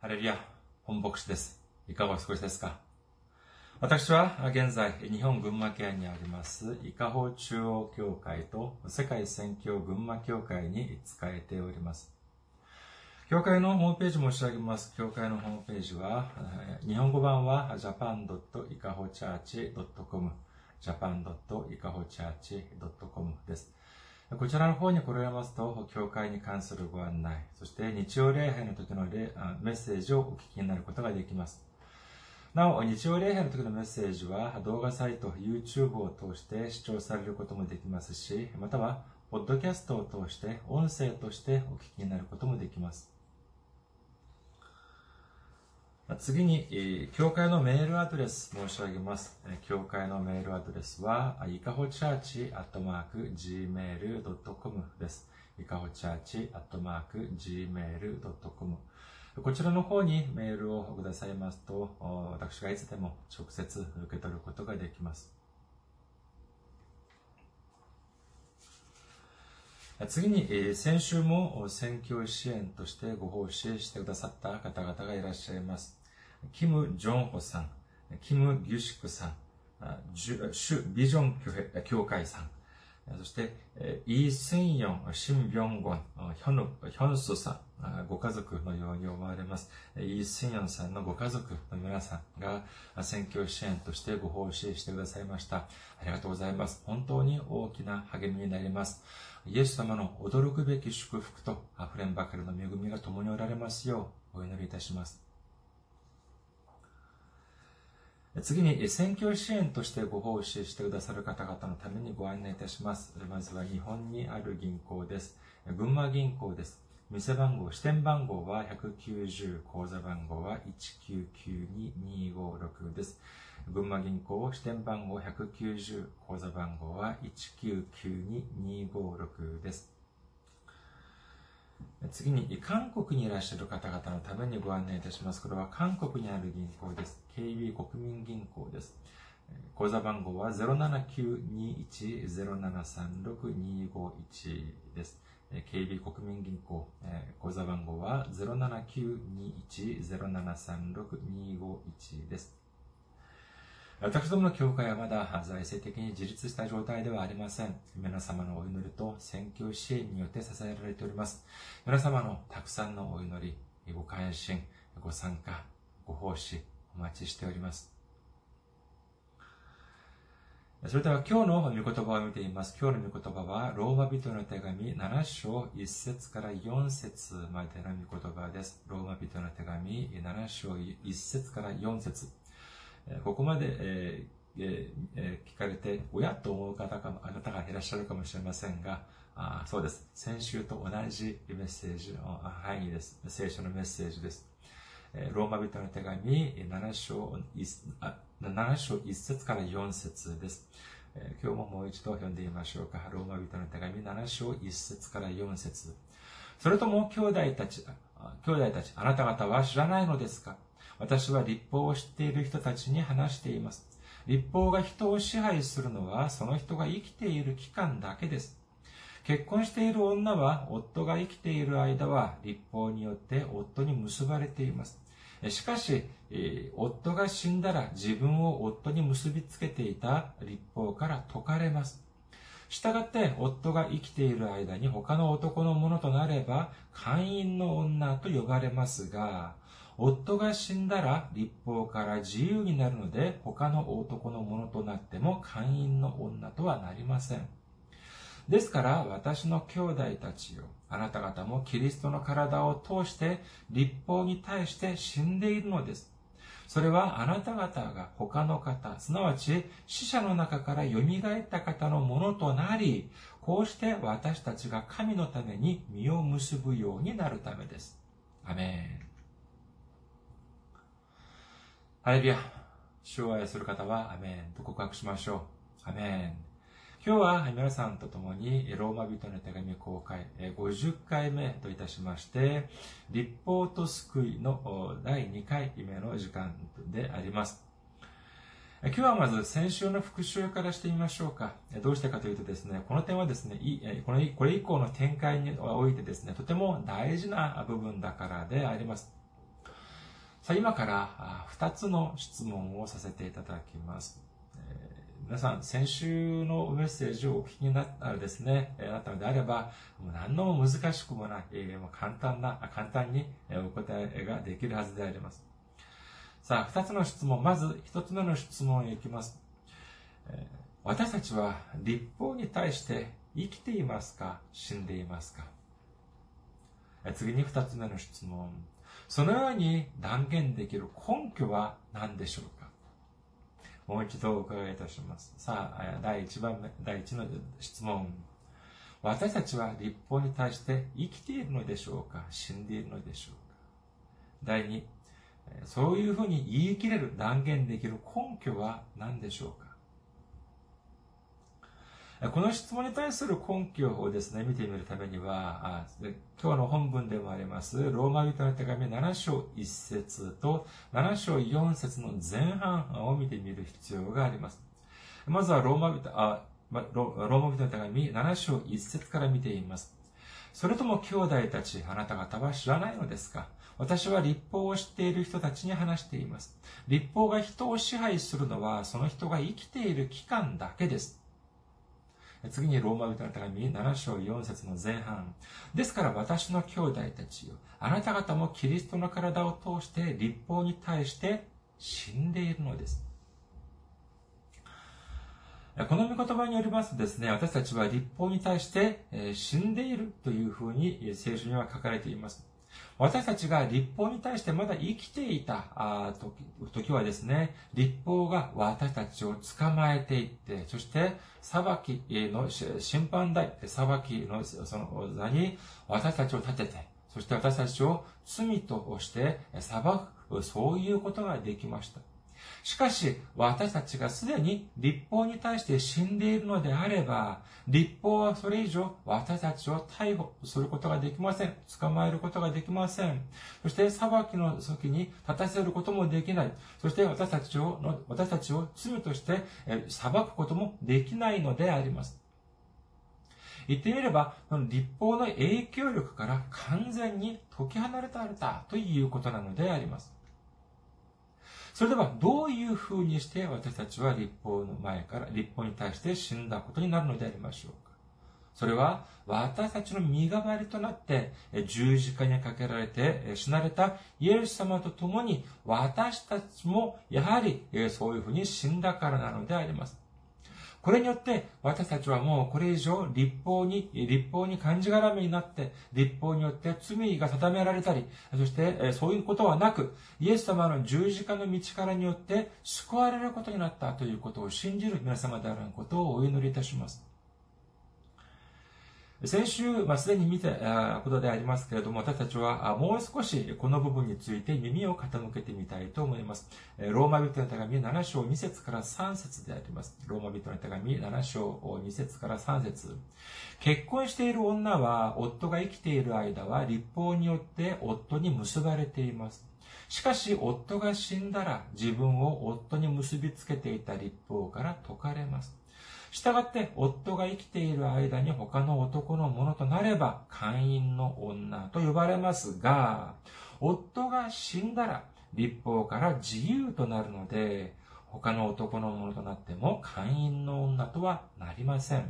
ハレルヤ、本牧師です。いかがお過ごしですか？私は現在、日本群馬県にあります、伊香保中央教会と世界宣教群馬教会に仕えております。教会のホームページ申し上げます。教会のホームページは、日本語版は japan.ikahochurch.com japan.ikahochurch.com です。こちらの方に来られますと、教会に関するご案内、そして日曜礼拝の時のメッセージをお聞きになることができます。なお、日曜礼拝の時のメッセージは動画サイト、YouTube を通して視聴されることもできますし、または、ポッドキャストを通して音声としてお聞きになることもできます。次に、教会のメールアドレス申し上げます。教会のメールアドレスは、いかほチャーチ@gmail.com です。いかほチャーチ@gmail.com。こちらの方にメールをくださいますと、私がいつでも直接受け取ることができます。次に、先週も宣教支援としてご奉仕してくださった方々がいらっしゃいます。キム・ジョンホさん、キム・ギュシクさん、シュ・ビジョン教会さん、そして、イ・スンヨン、シン・ビョンゴン、ヒョンスさん、ご家族のように思われます。イ・スンヨンさんのご家族の皆さんが宣教支援としてご奉仕してくださいました。ありがとうございます。本当に大きな励みになります。イエス様の驚くべき祝福と溢れんばかりの恵みが共におられますようお祈りいたします。次に、宣教支援としてご奉仕してくださる方々のためにご案内いたします。まずは日本にある銀行です。群馬銀行です。店番号、支店番号は190、口座番号は1992256です。群馬銀行、支店番号190、口座番号は1992256です。次に、韓国にいらっしゃる方々のためにご案内いたします。これは韓国にある銀行です。KB 国民銀行です。口座番号は07921-0736-251です。KB 国民銀行、口座番号は07921-0736-251です。私どもの教会はまだ財政的に自立した状態ではありません。皆様のお祈りと宣教支援によって支えられております。皆様のたくさんのお祈り、ご関心、ご参加、ご奉仕、お待ちしております。それでは今日の御言葉を見ています。今日の御言葉は、ローマ人の手紙7章1節から4節までの御言葉です。ローマ人の手紙7章1節から4節。ここまで、聞かれて、親と思うあなたがいらっしゃるかもしれませんが、そうです。先週と同じメッセージの範囲です。聖書のメッセージです。ローマ人の手紙7章1節から4節です。今日ももう一度読んでみましょうか。ローマ人の手紙7章1節から4節。それとも兄弟たち、あなた方は知らないのですか？私は律法を知っている人たちに話しています。律法が人を支配するのはその人が生きている期間だけです。結婚している女は夫が生きている間は律法によって夫に結ばれています。しかし、夫が死んだら自分を夫に結びつけていた律法から解かれます。したがって夫が生きている間に他の男のものとなれば姦淫の女と呼ばれますが、夫が死んだら律法から自由になるので他の男のものとなっても姦淫の女とはなりません。ですから私の兄弟たちよ、あなた方もキリストの体を通して律法に対して死んでいるのです。それはあなた方が他の方、すなわち死者の中から蘇った方のものとなり、こうして私たちが神のために実を結ぶようになるためです。アメン。ハレルヤ。主を愛する方はアメンと告白しましょう。アメン。今日は皆さんと共にローマ人の手紙公開50回目といたしまして、律法と救いの第2回目の時間であります。今日はまず先週の復習からしてみましょうか。どうしてかというとですね、この点はですね、これ以降の展開においてですね、とても大事な部分だからであります。 さあ、今から2つの質問をさせていただきます。皆さん、先週のメッセージをお聞きになったらですね、なったのであれば、もう何の難しくもない、もう簡単にお答えができるはずであります。さあ、2つの質問。まず、1つ目の質問へ行きます。私たちは律法に対して生きていますか、死んでいますか。次に2つ目の質問。そのように断言できる根拠は何でしょうか。もう一度お伺いいたします。さあ、第1の質問。私たちは律法に対して生きているのでしょうか、死んでいるのでしょうか。第2、そういうふうに言い切れる、断言できる根拠は何でしょうか。この質問に対する根拠をですね、見てみるためには、今日の本文でもあります、ローマ人の手紙7章1節と7章4節の前半を見てみる必要があります。まずはローマ人の手紙7章1節から見ています。それとも兄弟たち、あなた方は知らないのですか。私は律法を知っている人たちに話しています。律法が人を支配するのは、その人が生きている期間だけです。次にローマ人の手紙7章4節の前半。ですから私の兄弟たちよ、あなた方もキリストの体を通して律法に対して死んでいるのです。この御言葉によりますとですね、私たちは律法に対して死んでいるというふうに聖書には書かれています。私たちが律法に対してまだ生きていた時はですね、律法が私たちを捕まえていって、そして裁きの審判台、裁きのその座に私たちを立てて、そして私たちを罪として裁く、そういうことができました。しかし、私たちがすでに律法に対して死んでいるのであれば、律法はそれ以上私たちを逮捕することができません。捕まえることができません。そして裁きの時に立たせることもできない。そして私たちを罪として裁くこともできないのであります。言ってみれば、律法の影響力から完全に解き離れられたということなのであります。それでは、どういうふうにして私たちは律法に対して死んだことになるのでありましょうか。それは、私たちの身代わりとなって、十字架にかけられて死なれたイエス様と共に、私たちもやはりそういうふうに死んだからなのであります。これによって私たちはもうこれ以上律法にがんじがらめになって、律法によって罪が定められたり、そしてそういうことはなく、イエス様の十字架の道からによって救われることになったということを信じる皆様であることをお祈りいたします。先週、すでに見たことでありますけれども、私たちはもう少しこの部分について耳を傾けてみたいと思います。ローマ人の手紙7章2節から3節であります。ローマ人の手紙7章2節から3節。結婚している女は夫が生きている間は律法によって夫に結ばれています。しかし夫が死んだら自分を夫に結びつけていた律法から解かれます。したがって夫が生きている間に他の男のものとなれば姦淫の女と呼ばれますが、夫が死んだら律法から自由となるので、他の男のものとなっても姦淫の女とはなりません。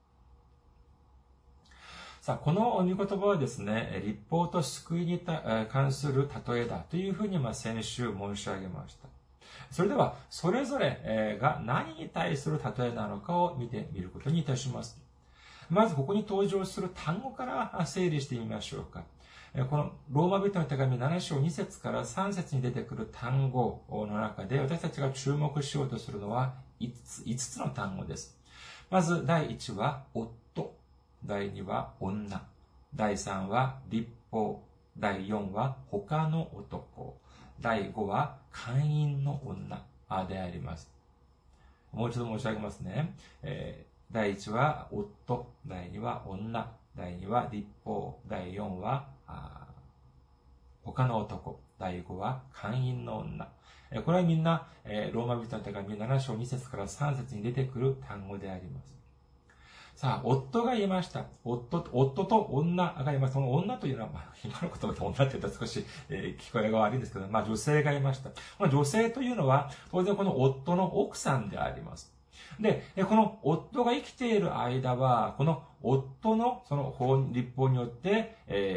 さあ、この御言葉はですね、律法と救いに関する例えだというふうに先週申し上げました。それでは、それぞれが何に対する例えなのかを見てみることにいたします。まず、ここに登場する単語から整理してみましょうか。このローマ人の手紙7章2節から3節に出てくる単語の中で、私たちが注目しようとするのは5つの単語です。まず、第1は夫。第2は女。第3は律法。第4は他の男。第5は姦淫の女であります。もう一度申し上げますね。第1は夫、第2は女、第2は律法、第4は他の男、第5は姦淫の女。これはみんなローマ人の手紙7章2節から3節に出てくる単語であります。 さあ、夫がいました。夫と女がいます。その女というのは、今の言葉で女って言ったら少し、聞こえが悪いんですけど、女性がいました。この女性というのは、当然この夫の奥さんであります。で、この夫が生きている間は、この夫のその立法によって、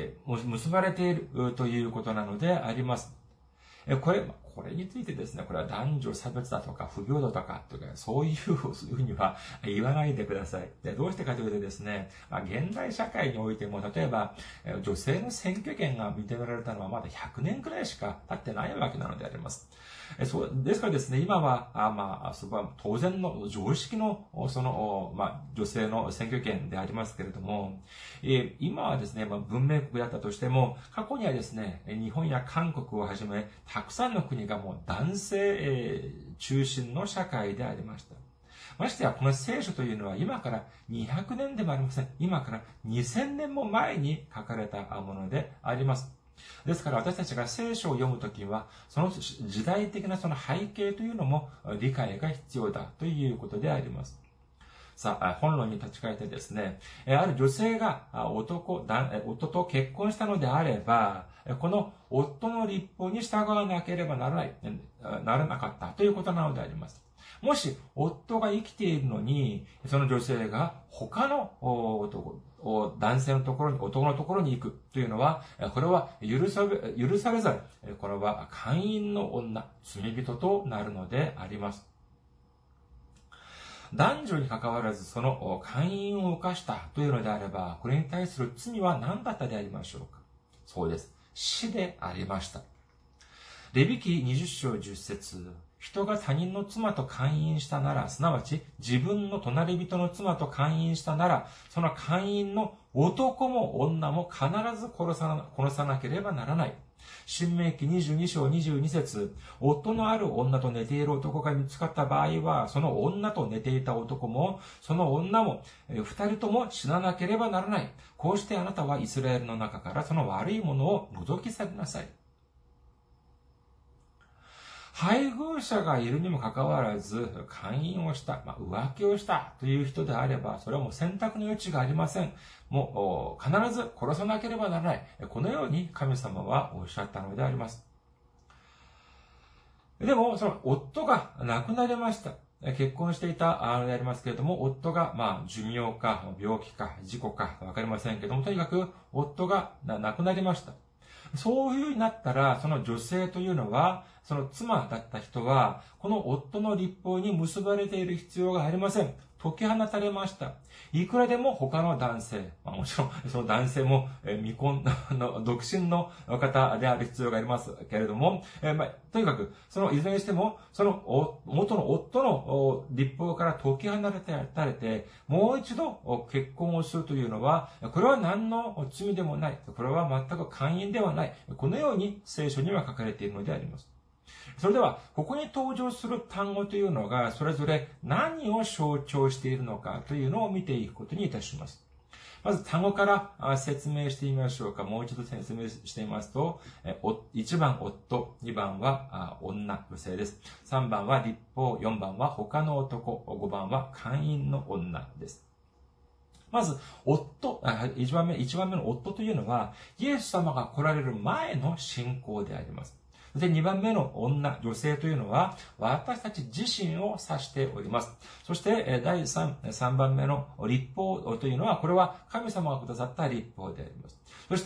結ばれているということなのであります。これについてですね、これは男女差別だとか不平等だとか、そういうふうには言わないでください。で、どうしてかというとですね、現代社会においても、例えば、女性の選挙権が認められたのはまだ100年くらいしか経ってないわけなのであります。ですからですね、今は、そこは当然の常識の、女性の選挙権でありますけれども、今はですね、文明国だったとしても、過去にはですね、日本や韓国をはじめ、たくさんの国がもう男性、中心の社会でありました。ましてや、この聖書というのは今から200年でもありません。今から2000年も前に書かれたものであります。ですから私たちが聖書を読むときは、その時代的なその背景というのも理解が必要だということであります。さあ、本論に立ち返ってですね、ある女性が夫と結婚したのであれば、この夫の立法に従わなければならなかったということなのであります。もし、夫が生きているのに、その女性が他の男性のところに、男のところに行くというのは、これは許されざる。これは姦淫の女、罪人となるのであります。男女に関わらず、その姦淫を犯したというのであれば、これに対する罪は何だったでありましょうか。そうです。死でありました。レビ記20章10節、人が他人の妻と姦淫したなら、すなわち自分の隣人の妻と姦淫したなら、その姦淫の男も女も必ず殺さなければならない。申命記22章22節、夫のある女と寝ている男が見つかった場合は、その女と寝ていた男も、その女も、二人とも死ななければならない。こうしてあなたはイスラエルの中からその悪いものを除き去りなさい。配偶者がいるにもかかわらず、姦淫をした、浮気をしたという人であれば、それはもう選択の余地がありません。もう、必ず殺さなければならない。このように神様はおっしゃったのであります。でも、その夫が亡くなりました。結婚していたでありますけれども、夫が、寿命か、病気か、事故か、わかりませんけれども、とにかく、夫が亡くなりました。そういう風になったら、その女性というのは、その妻だった人は、この夫の立法に結ばれている必要がありません。解き放たれました。いくらでも他の男性、もちろんその男性も未婚の独身の方である必要がありますけれども、とにかく、そのいずれにしても、その元の夫の立法から解き放たれて、もう一度結婚をするというのは、これは何の罪でもない。これは全く姦淫ではない。このように聖書には書かれているのであります。それでは、ここに登場する単語というのが、それぞれ何を象徴しているのかというのを見ていくことにいたします。まず単語から説明してみましょうか。もう一度説明してみますと、1番夫、2番は女、女性です。3番は立法、4番は他の男、5番は姦淫の女です。まず、1番目の夫というのは、イエス様が来られる前の信仰であります。で、2番目の女、女性というのは、私たち自身を指しております。そして、第3番目の立法というのは、これは神様がくださった立法であります。そして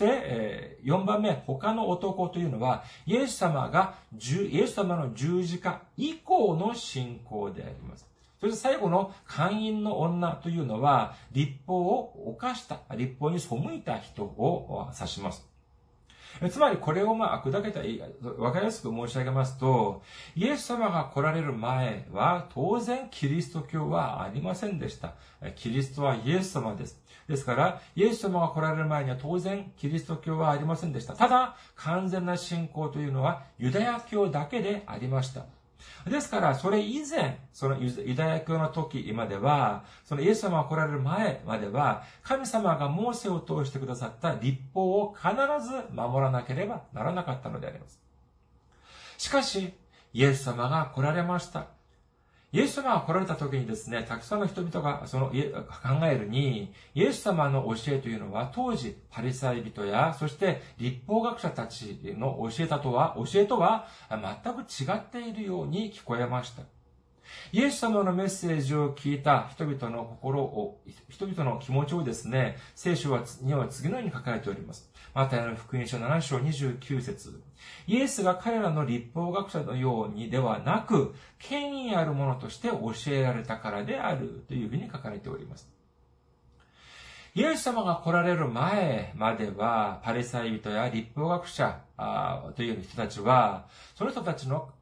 、4番目、他の男というのは、イエス様の十字架以降の信仰であります。そして最後の姦淫の女というのは、立法を犯した、立法に背いた人を指します。つまりこれを砕けた、わかりやすく申し上げますと、イエス様が来られる前は当然キリスト教はありませんでした。キリストはイエス様です。ですから、イエス様が来られる前には当然キリスト教はありませんでした。ただ、完全な信仰というのはユダヤ教だけでありました。ですから、それ以前、そのユダヤ教の時までは、そのイエス様が来られる前までは、神様がモーセを通してくださった立法を必ず守らなければならなかったのであります。しかし、イエス様が来られました。 イエス様が来られた時にですね、たくさんの人々が考えるに、イエス様の教えというのは、当時、パリサイ人や、そして立法学者たちの教えとは全く違っているように聞こえました。イエス様のメッセージを聞いた人々の気持ちをですね、聖書には次のように書かれております。マタイの福音書7章29節。イエスが彼らの立法学者のようにではなく、権威あるものとして教えられたからであるというふうに書かれております。イエス様が来られる前までは、パリサイ人や立法学者という人たちは、その人たちの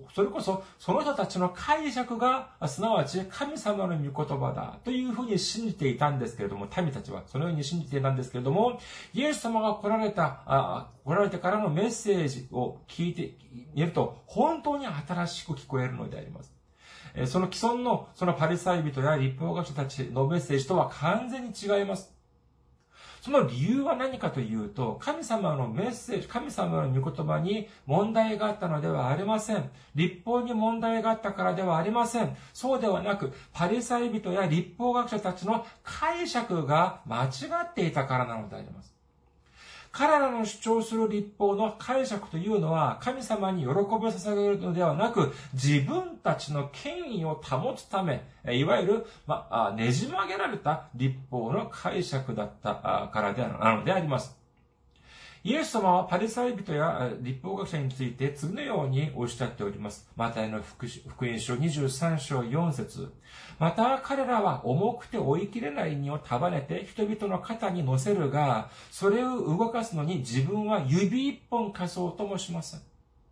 解釈が、すなわち神様の御言葉だというふうに信じていたんですけれども、民たちはそのように信じていたんですけれども、イエス様が来られてからのメッセージを聞いてみると、本当に新しく聞こえるのであります。その既存のパリサイ人や立法学者たちのメッセージとは完全に違います。その理由は何かというと、神様のメッセージ、神様の御言葉に問題があったのではありません。立法に問題があったからではありません。そうではなく、パリサイ人や立法学者たちの解釈が間違っていたからなのであります。彼らの主張する立法の解釈というのは、神様に喜びを捧げるのではなく、自分たちの権威を保つため、いわゆる、ねじ曲げられた立法の解釈だったからなのであります。イエス様はパリサイ人や立法学者について次のようにおっしゃっております。マタイの福音書23章4節。また彼らは重くて追い切れない荷を束ねて人々の肩に乗せるが、それを動かすのに自分は指一本貸そうともしません。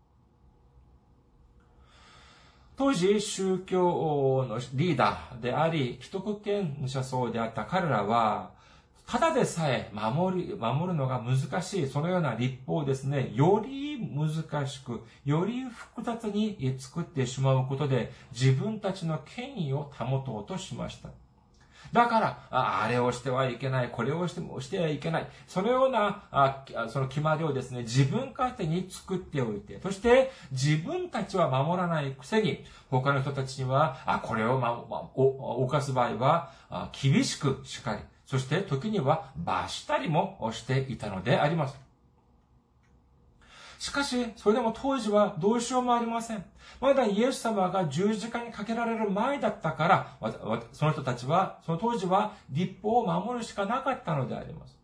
当時、宗教のリーダーであり、既得権者層であった彼らは、ただでさえ守るのが難しい、そのような立法をですね、より難しく、より複雑に作ってしまうことで、自分たちの権威を保とうとしました。だから、あれをしてはいけない、これをしてはいけない、そのような、その決まりをですね、自分勝手に作っておいて、そして自分たちは守らないくせに、他の人たちには、これを犯す場合は、厳しく叱り、そして時には罰したりもしていたのであります。しかし、それでも当時はどうしようもありません。まだイエス様が十字架にかけられる前だったから、その人たちは、その当時は立法を守るしかなかったのであります。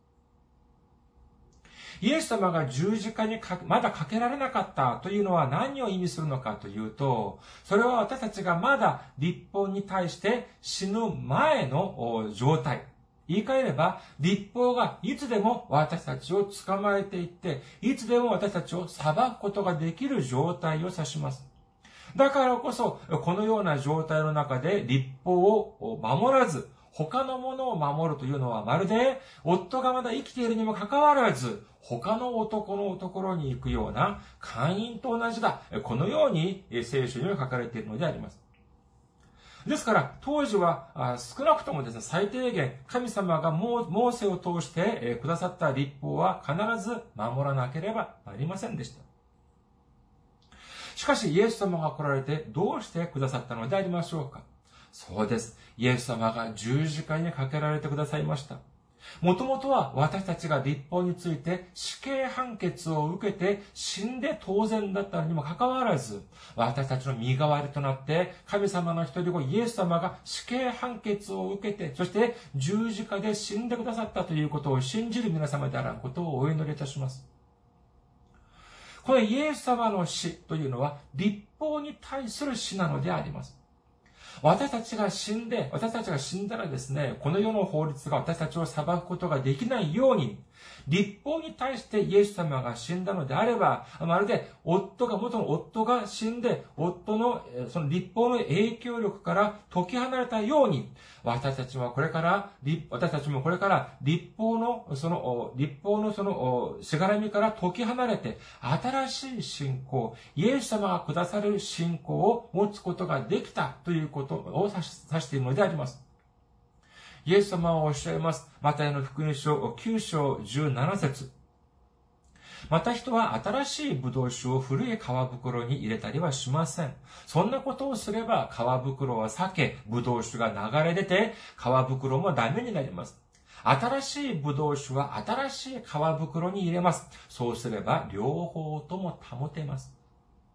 イエス様が十字架にまだかけられなかったというのは何を意味するのかというと、それは私たちがまだ立法に対して死ぬ前の状態。言い換えれば、立法がいつでも私たちを捕まえていって、いつでも私たちを裁くことができる状態を指します。だからこそ、このような状態の中で立法を守らず、他のものを守るというのはまるで、夫がまだ生きているにもかかわらず、他の男のところに行くような姦淫と同じだ。このように聖書には書かれているのであります。ですから、当時は少なくともですね、最低限、神様がモーセを通してくださった立法は必ず守らなければなりませんでした。しかし、イエス様が来られてどうしてくださったのでありましょうか。そうです。イエス様が十字架にかけられてくださいました。もともとは私たちが立法について死刑判決を受けて死んで当然だったにもかかわらず、私たちの身代わりとなって神様の一人子イエス様が死刑判決を受けて、そして十字架で死んでくださったということを信じる皆様であることをお祈りいたします。このイエス様の死というのは立法に対する死なのであります。私たちが死んだらですね、この世の法律が私たちを裁くことができないように、立法に対してイエス様が死んだのであれば、まるで元の夫が死んで、夫のその立法の影響力から解き離れたように、私たちもこれから立法のしがらみから解き離れて、新しい信仰、イエス様がくださる信仰を持つことができたということを指しているのであります。イエス様はおっしゃいます。マタイの福音書9章17節。 また人は新しいブドウ酒を古い皮袋に入れたりはしません。そんなことをすれば皮袋は裂け、ブドウ酒が流れ出て、皮袋もダメになります。新しいブドウ酒は新しい皮袋に入れます。そうすれば両方とも保てます。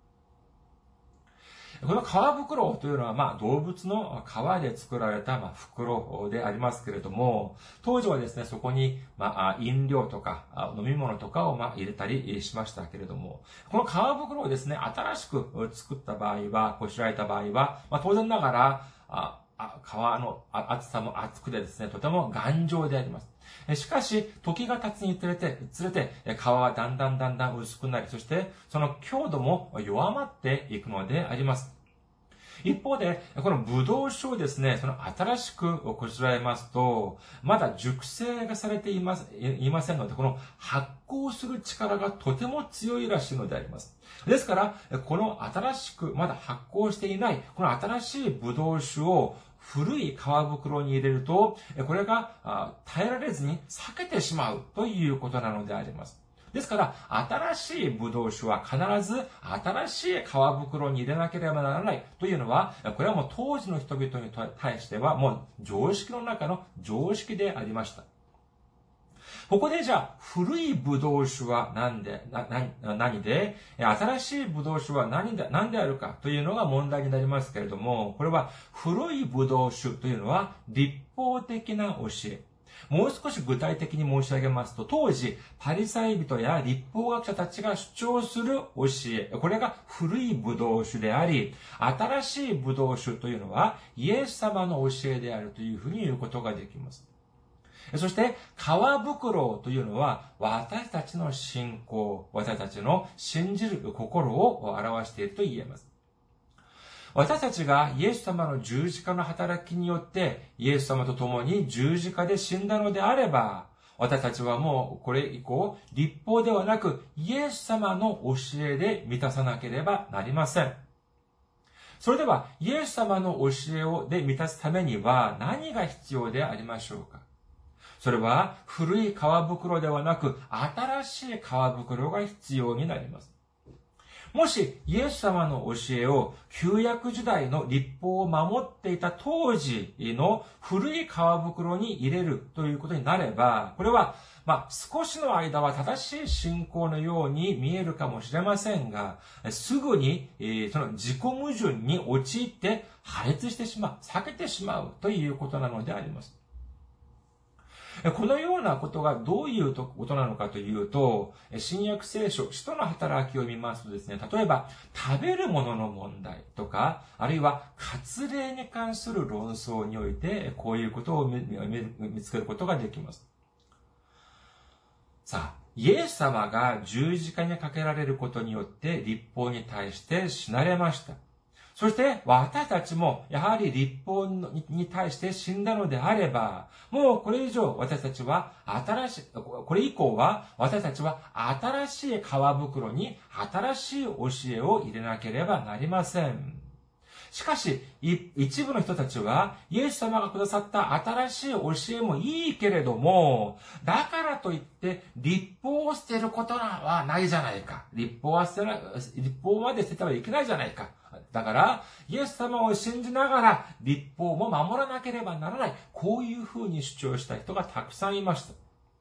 この皮袋というのは、動物の皮で作られた、袋でありますけれども、当時はですね、そこに、飲料とか、飲み物とかを、入れたりしましたけれども、この皮袋をですね、新しく作った場合は、こしらえた場合は、当然ながら、皮の厚さも厚くてですね、とても頑丈であります。しかし、時が経つにつれて、皮はだんだん薄くなり、そしてその強度も弱まっていくのであります。一方で、このブドウ酒をですね、その新しくこしらえますと、まだ熟成がされていませんので、この発酵する力がとても強いらしいのであります。ですから、この新しくまだ発酵していない、この新しいブドウ酒を古い皮袋に入れると、これが耐えられずに裂けてしまうということなのであります。ですから、新しいブドウ酒は必ず新しい皮袋に入れなければならないというのは、これはもう当時の人々に対してはもう常識の中の常識でありました。ここでじゃあ、古いブドウ酒は何で、新しいブドウ酒は何であるかというのが問題になりますけれども、これは古いブドウ酒というのは立法的な教え。もう少し具体的に申し上げますと、当時、パリサイ人や立法学者たちが主張する教え、これが古いブドウ酒であり、新しいブドウ酒というのはイエス様の教えであるというふうに言うことができます。そして、皮袋というのは、私たちの信仰、私たちの信じる心を表していると言えます。私たちがイエス様の十字架の働きによって、イエス様と共に十字架で死んだのであれば、私たちはもうこれ以降、立法ではなく、イエス様の教えで満たさなければなりません。それでは、イエス様の教えで満たすためには何が必要でありましょうか？それは古い皮袋ではなく、新しい皮袋が必要になります。もし、イエス様の教えを旧約時代の立法を守っていた当時の古い皮袋に入れるということになれば、これは、少しの間は正しい信仰のように見えるかもしれませんが、すぐに、その自己矛盾に陥って破裂してしまう、避けてしまうということなのであります。このようなことがどういうことなのかというと、新約聖書、使徒の働きを見ますとですね、例えば、食べるものの問題とか、あるいは、割礼に関する論争において、こういうことを見つけることができます。さあ、イエス様が十字架にかけられることによって、立法に対して死なれました。そして私たちもやはり立法に対して死んだのであれば、もうこれ以上私たちはこれ以降は私たちは新しい皮袋に新しい教えを入れなければなりません。しかし、一部の人たちは、イエス様がくださった新しい教えもいいけれども、だからといって、立法を捨てることはないじゃないか。立法まで捨ててはいけないじゃないか。だから、イエス様を信じながら、立法も守らなければならない。こういうふうに主張した人がたくさんいました。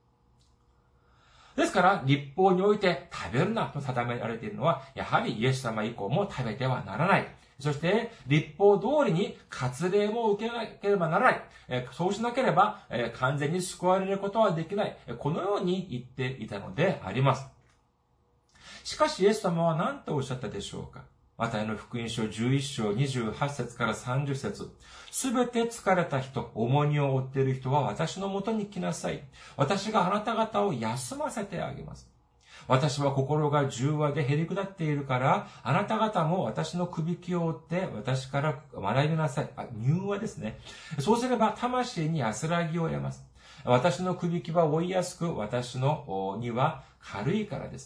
ですから、立法において食べるなと定められているのは、やはりイエス様以降も食べてはならない。そして、立法通りに割礼も受けなければならない。そうしなければ、完全に救われることはできない。このように言っていたのであります。しかし、イエス様は何とおっしゃったでしょうか？マタイの福音書11章28節から30節。すべて疲れた人、重荷を負っている人は私のもとに来なさい。私があなた方を休ませてあげます。私は心が柔和でへり下っているから、あなた方も私のくびきを追って私から学びなさい。柔和ですね。そうすれば魂に安らぎを得ます。私のくびきは追いやすく、私の荷は軽いからです。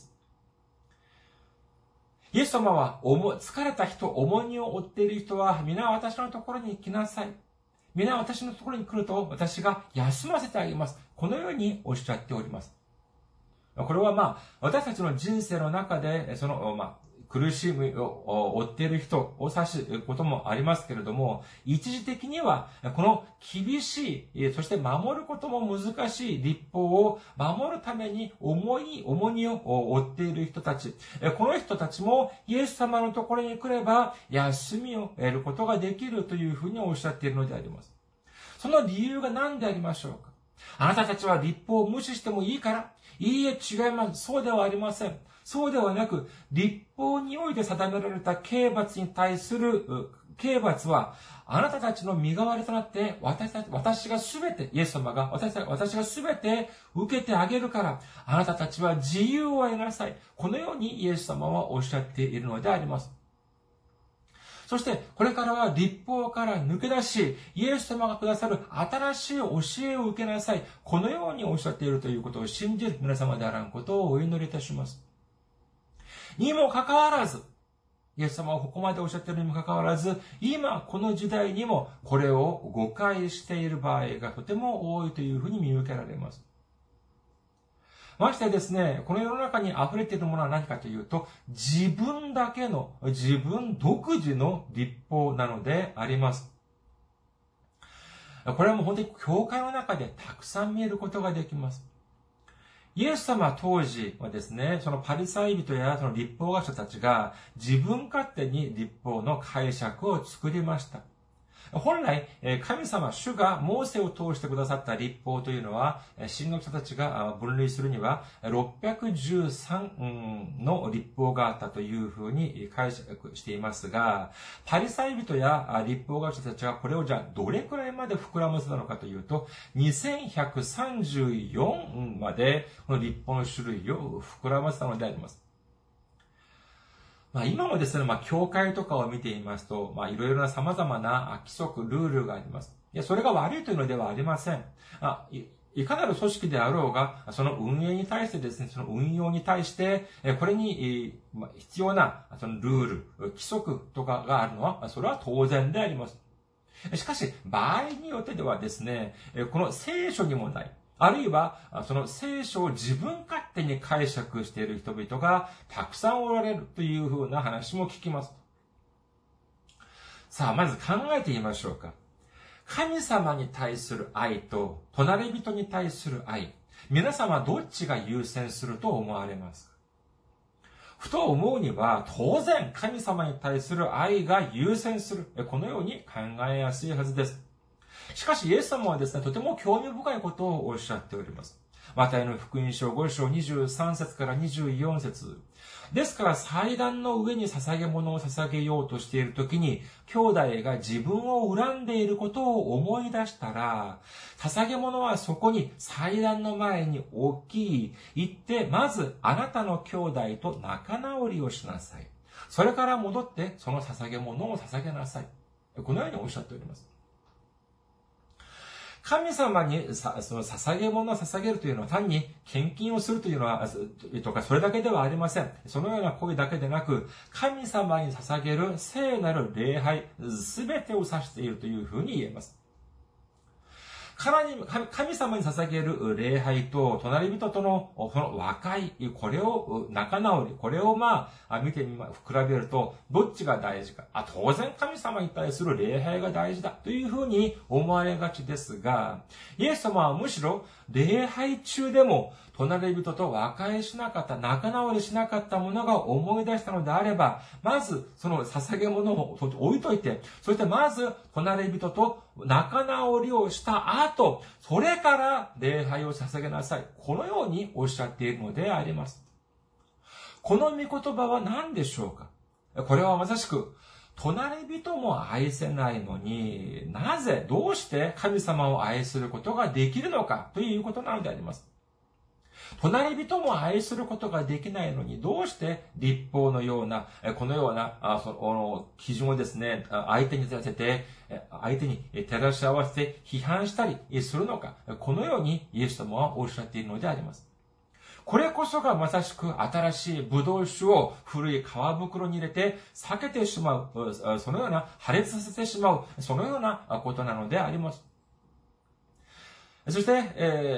イエス様は、疲れた人、重荷を負っている人は、皆私のところに来なさい。皆私のところに来ると、私が休ませてあげます。このようにおっしゃっております。 これは私たちの人生の中で、苦しみを負っている人を指すこともありますけれども、一時的には、この厳しい、そして守ることも難しい律法を守るために重荷を負っている人たち、この人たちもイエス様のところに来れば、休みを得ることができるというふうにおっしゃっているのであります。その理由が何でありましょうか？あなたたちは律法を無視してもいいから？いいえ、違います。そうではありません。そうではなく、律法において定められた刑罰に対する、刑罰は、あなたたちの身代わりとなって、私がすべて、イエス様が私がすべて受けてあげるから、あなたたちは自由を得なさい。このようにイエス様はおっしゃっているのであります。そして、これからは律法から抜け出し、イエス様がくださる新しい教えを受けなさい。このようにおっしゃっているということを信じる皆様であらんことをお祈りいたします。にもかかわらず、イエス様はここまでおっしゃっているにもかかわらず、今この時代にもこれを誤解している場合がとても多いというふうに見受けられます。ましてですね、この世の中に溢れているものは何かというと、自分独自の律法なのであります。これはもう本当に教会の中でたくさん見えることができます。イエス様当時はですね、そのパリサイ人やその律法学者たちが自分勝手に律法の解釈を作りました。本来、神様、主がモーセを通してくださった律法というのは、神学者たちが分類するには、613の律法があったというふうに解釈していますが、パリサイ人や律法学者たちはこれをじゃあどれくらいまで膨らませたのかというと、2134までこの律法の種類を膨らませたのであります。今もですね、教会とかを見ていますと、いろいろな様々な規則、ルールがあります。それが悪いというのではありません。いかなる組織であろうが、その運営に対してですね、その運用に対して、これに必要な、そのルール、規則とかがあるのは、それは当然であります。しかし、場合によってではですね、この聖書にもない、あるいは、その聖書を自分勝手に解釈している人々がたくさんおられるというふうな話も聞きます。さあ、まず考えてみましょうか。神様に対する愛と隣人に対する愛、皆様どっちが優先すると思われますか？ふと思うには、当然神様に対する愛が優先する。このように考えやすいはずです。しかし、イエス様はですね、とても興味深いことをおっしゃっております。マタイの福音書5章23節から24節。ですから、祭壇の上に捧げ物を捧げようとしているときに、兄弟が自分を恨んでいることを思い出したら、捧げ物はそこに祭壇の前に置き、行って、まずあなたの兄弟と仲直りをしなさい。それから戻って、その捧げ物を捧げなさい。このようにおっしゃっております。神様にその捧げ物を捧げるというのは単に献金をするというのは、とかそれだけではありません。そのような行為だけでなく、神様に捧げる聖なる礼拝、すべてを指しているというふうに言えます。神様に捧げる礼拝と隣人とのその和解、これを仲直り、これを見て比べるとどっちが大事か。当然神様に対する礼拝が大事だというふうに思われがちですが、イエス様はむしろ礼拝中でも隣人と和解しなかった、仲直りしなかったものが思い出したのであれば、まずその捧げ物を置いといて、そしてまず隣人と仲直りをした後、それから礼拝を捧げなさい。このようにおっしゃっているのであります。この御言葉は何でしょうか？これはまさしく、隣人も愛せないのに、どうして神様を愛することができるのかということなのであります。隣人も愛することができないのに、どうして律法のような、このような、基準をですね、相手に照らし合わせて批判したりするのか、このようにイエス様はおっしゃっているのであります。これこそがまさしく新しいブドウ酒を古い皮袋に入れて避けてしまう、そのような破裂させてしまう、そのようなことなのであります。 そして、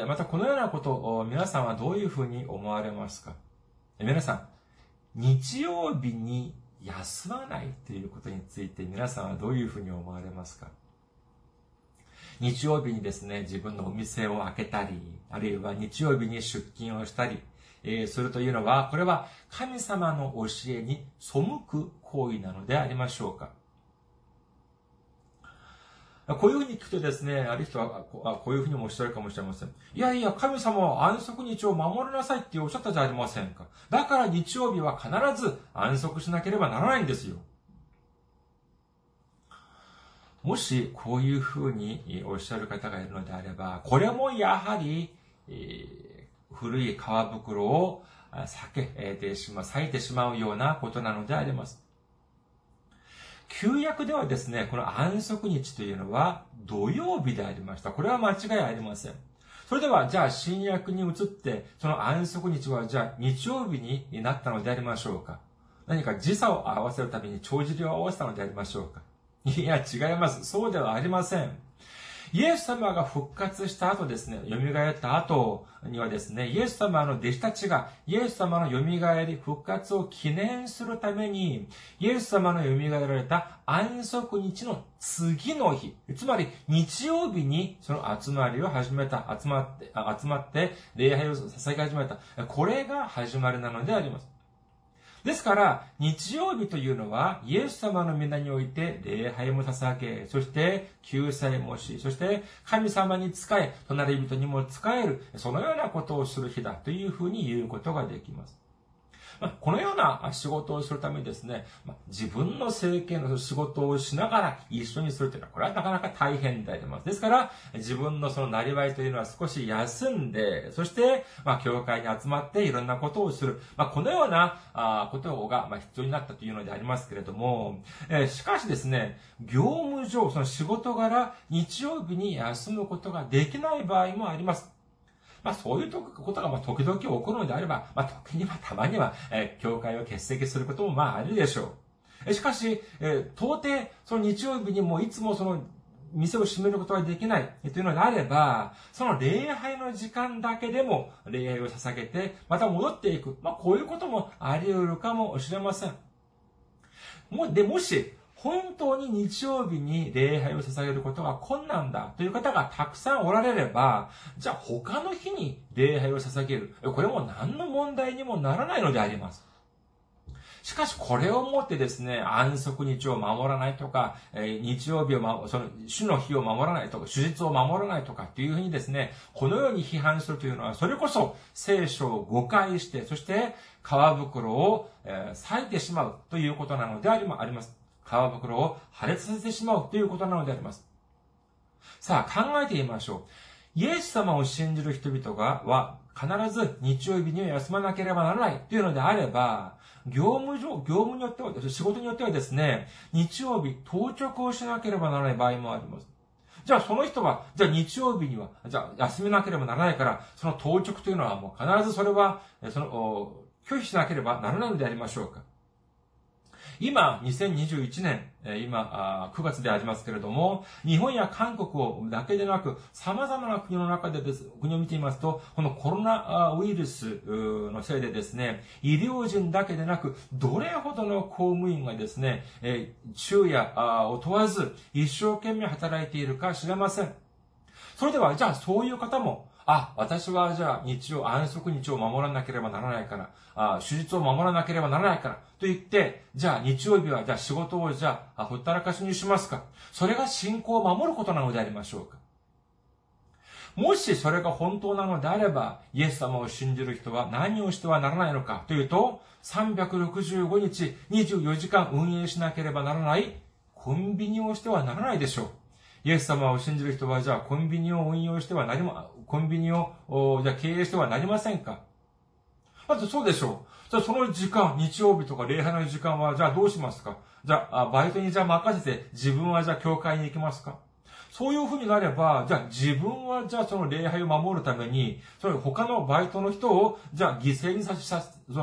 またこのようなことを皆さんはどういうふうに思われますか？皆さん、日曜日に休まないということについて皆さんはどういうふうに思われますか？日曜日にですね、自分のお店を開けたり、あるいは日曜日に出勤をしたり、するというのは、これは神様の教えに背く行為なのでありましょうか？こういうふうに聞くとですね、ある人はこういうふうにもおっしゃるかもしれません。いやいや、神様は安息日を守りなさいっておっしゃったじゃありませんか。だから日曜日は必ず安息しなければならないんですよ。もし、こういうふうにおっしゃる方がいるのであれば、これもやはり、古い皮袋を裂いてしまうようなことなのであります。旧約ではですね、この安息日というのは土曜日でありました。これは間違いありません。それでは、じゃあ新約に移って、その安息日はじゃあ日曜日になったのでありましょうか？何か時差を合わせるために帳尻を合わせたのでありましょうか？いや、違います。そうではありません。イエス様が復活した後ですね、蘇った後にはですね、イエス様の弟子たちがイエス様の蘇り、復活を記念するために、イエス様の蘇られた安息日の次の日、つまり日曜日にその集まりを集まって礼拝を捧げ始めた。これが始まりなのであります。ですから、日曜日というのは、イエス様の皆において礼拝も捧げ、そして救済もし、そして神様に仕え、隣人にも仕える、そのようなことをする日だというふうに言うことができます。このような仕事をするためにですね、自分の政権の仕事をしながら一緒にするというのは、これはなかなか大変であります。ですから、自分のそのなりわいというのは少し休んで、そして、教会に集まっていろんなことをする。このようなことが必要になったというのでありますけれども、しかしですね、業務上、その仕事柄、日曜日に休むことができない場合もあります。そういうことが時々起こるのであれば、時にはたまには、教会を欠席することもあるでしょう。しかし、到底、その日曜日にもいつもその店を閉めることができないというのであれば、その礼拝の時間だけでも礼拝を捧げて、また戻っていく。こういうこともあり得るかもしれません。もし、本当に日曜日に礼拝を捧げることが困難だという方がたくさんおられれば、じゃあ他の日に礼拝を捧げる。これも何の問題にもならないのであります。しかしこれをもってですね、安息日を守らないとか、日曜日をその主の日を守らないとか、主日を守らないとかっていうふうにですね、このように批判するというのは、それこそ聖書を誤解して、そして皮袋を裂いてしまうということなのであります。皮袋を破裂させてしまうということなのであります。さあ、考えてみましょう。イエス様を信じる人々は必ず日曜日には休まなければならないというのであれば、業務によっては、仕事によってはですね、日曜日当直をしなければならない場合もあります。じゃあその人は、じゃあ日曜日には、じゃあ休めなければならないから、その当直というのはもう必ずそれは、拒否しなければならないのでありましょうか。今、2021年、9月でありますけれども、日本や韓国だけでなく、様々な国の中で国を見てみますと、このコロナウイルスのせいでですね、医療人だけでなく、どれほどの公務員がですね、昼夜を問わず、一生懸命働いているか知れません。それでは、じゃあそういう方も、私はじゃあ安息日を守らなければならないから、手術を守らなければならないから、と言って、じゃあ日曜日はじゃあ仕事をほったらかしにしますか。それが信仰を守ることなのでありましょうか。もしそれが本当なのであれば、イエス様を信じる人は何をしてはならないのかというと、365日24時間運営しなければならないコンビニをしてはならないでしょう。イエス様を信じる人は、じゃあコンビニを経営してはなりませんか？そうでしょう。じゃあその時間、日曜日とか礼拝の時間は、じゃあどうしますか？じゃあ、バイトに任せて、自分はじゃあ教会に行きますか？そういうふうになれば、じゃあ自分はじゃあその礼拝を守るために、その他のバイトの人を、じゃあ犠牲に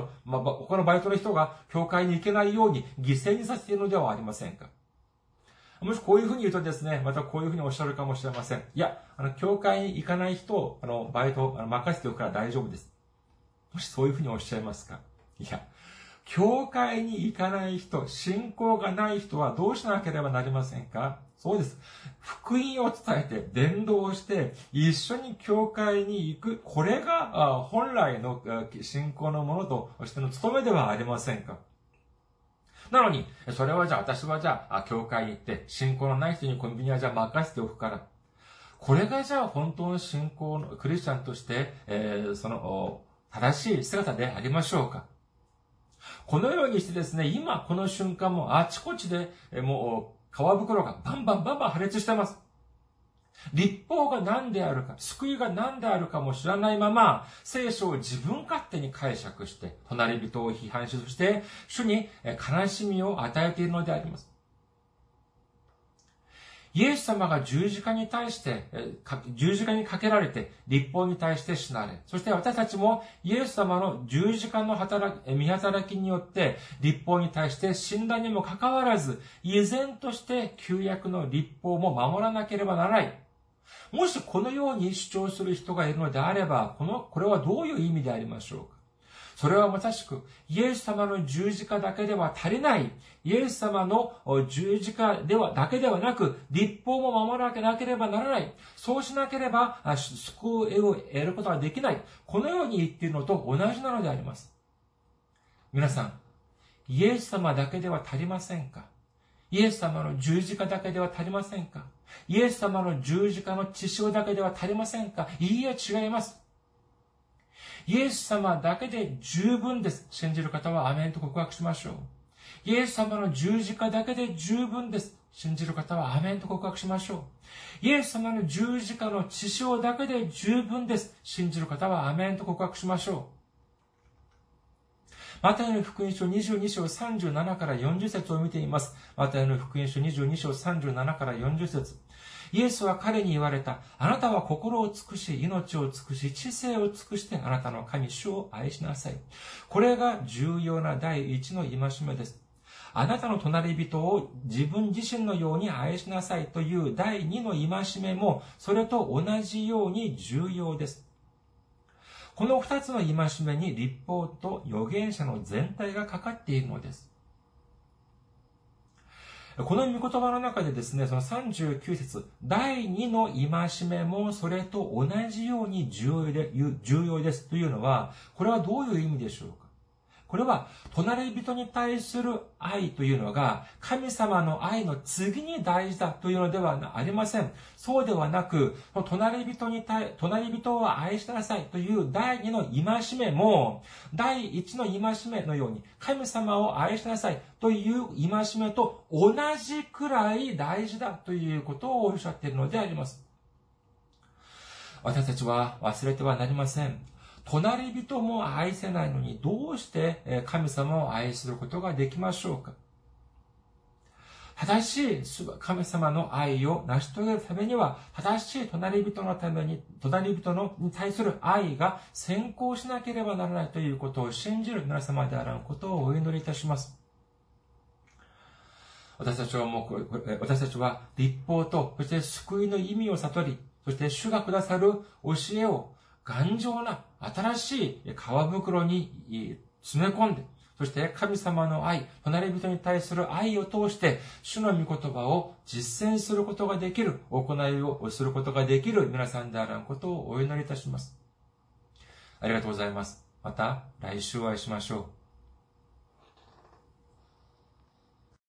他のバイトの人が教会に行けないように犠牲にさせているのではありませんか？ もしこういうふうに言うとですね、またこういうふうにおっしゃるかもしれません。いや、教会に行かない人を、バイト、任せておくから大丈夫です。もしそういうふうにおっしゃいますか？いや、教会に行かない人、信仰がない人はどうしなければなりませんか？そうです。福音を伝えて、伝道して、一緒に教会に行く。これが本来の信仰のものとしての務めではありませんか？なのに、それはじゃあ私はじゃあ、教会に行って、信仰のない人にコンビニはじゃあ任せておくから。これがじゃあ本当の信仰のクリスチャンとして、正しい姿でありましょうか？このようにしてですね、今この瞬間もあちこちで、もう、皮袋がバンバン破裂してます。律法が何であるか、救いが何であるかも知らないまま、聖書を自分勝手に解釈して、隣人を批判し、そして主に悲しみを与えているのであります。イエス様が十字架に対して、十字架にかけられて、律法に対して死なれ、そして私たちもイエス様の十字架の見働きによって、律法に対して死んだにもかかわらず、依然として旧約の律法も守らなければならない。もしこのように主張する人がいるのであれば、これはどういう意味でありましょうか？それはまさしく、イエス様の十字架だけでは足りない。イエス様の十字架だけではなく、律法も守らなければならない。そうしなければ、救いを得ることはできない。このように言っているのと同じなのであります。皆さん、イエス様だけでは足りませんか？イエス様の十字架だけでは足りませんか？イエス様の十字架の血潮だけでは足りませんか？いいえ、違います。イエス様だけで十分です。信じる方はアメンと告白しましょう。イエス様の十字架だけで十分です。信じる方はアメンと告白しましょう。イエス様の十字架の血潮だけで十分です。信じる方はアメンと告白しましょう。マタイの福音書22章37から40節を見ています。マタイの福音書22章37から40節。イエスは彼に言われた。あなたは心を尽くし、命を尽くし、知性を尽くしてあなたの神主を愛しなさい。これが重要な第一の戒めです。あなたの隣人を自分自身のように愛しなさいという第二の戒めも、それと同じように重要です。この二つの戒めに律法と預言者の全体がかかっているのです。この御言葉の中でですね、その39節、第2の戒めもそれと同じように重要ですというのは、これはどういう意味でしょうか？これは、隣人に対する愛というのが、神様の愛の次に大事だというのではありません。そうではなく、隣人を愛しなさいという第2の戒めも、第1の戒めのように、神様を愛しなさいという戒めと同じくらい大事だということをおっしゃっているのであります。私たちは忘れてはなりません。隣人も愛せないのにどうして神様を愛することができましょうか？正しい神様の愛を成し遂げるためには、正しい隣人に対する愛が先行しなければならないということを信じる皆様であることをお祈りいたします。私たちは律法と、そして救いの意味を悟り、そして主がくださる教えを頑丈な新しい皮袋に詰め込んで、そして神様の愛、隣人に対する愛を通して、主の御言葉を実践することができる、行いをすることができる皆さんであることをお祈りいたします。ありがとうございます。また来週お会いしましょう。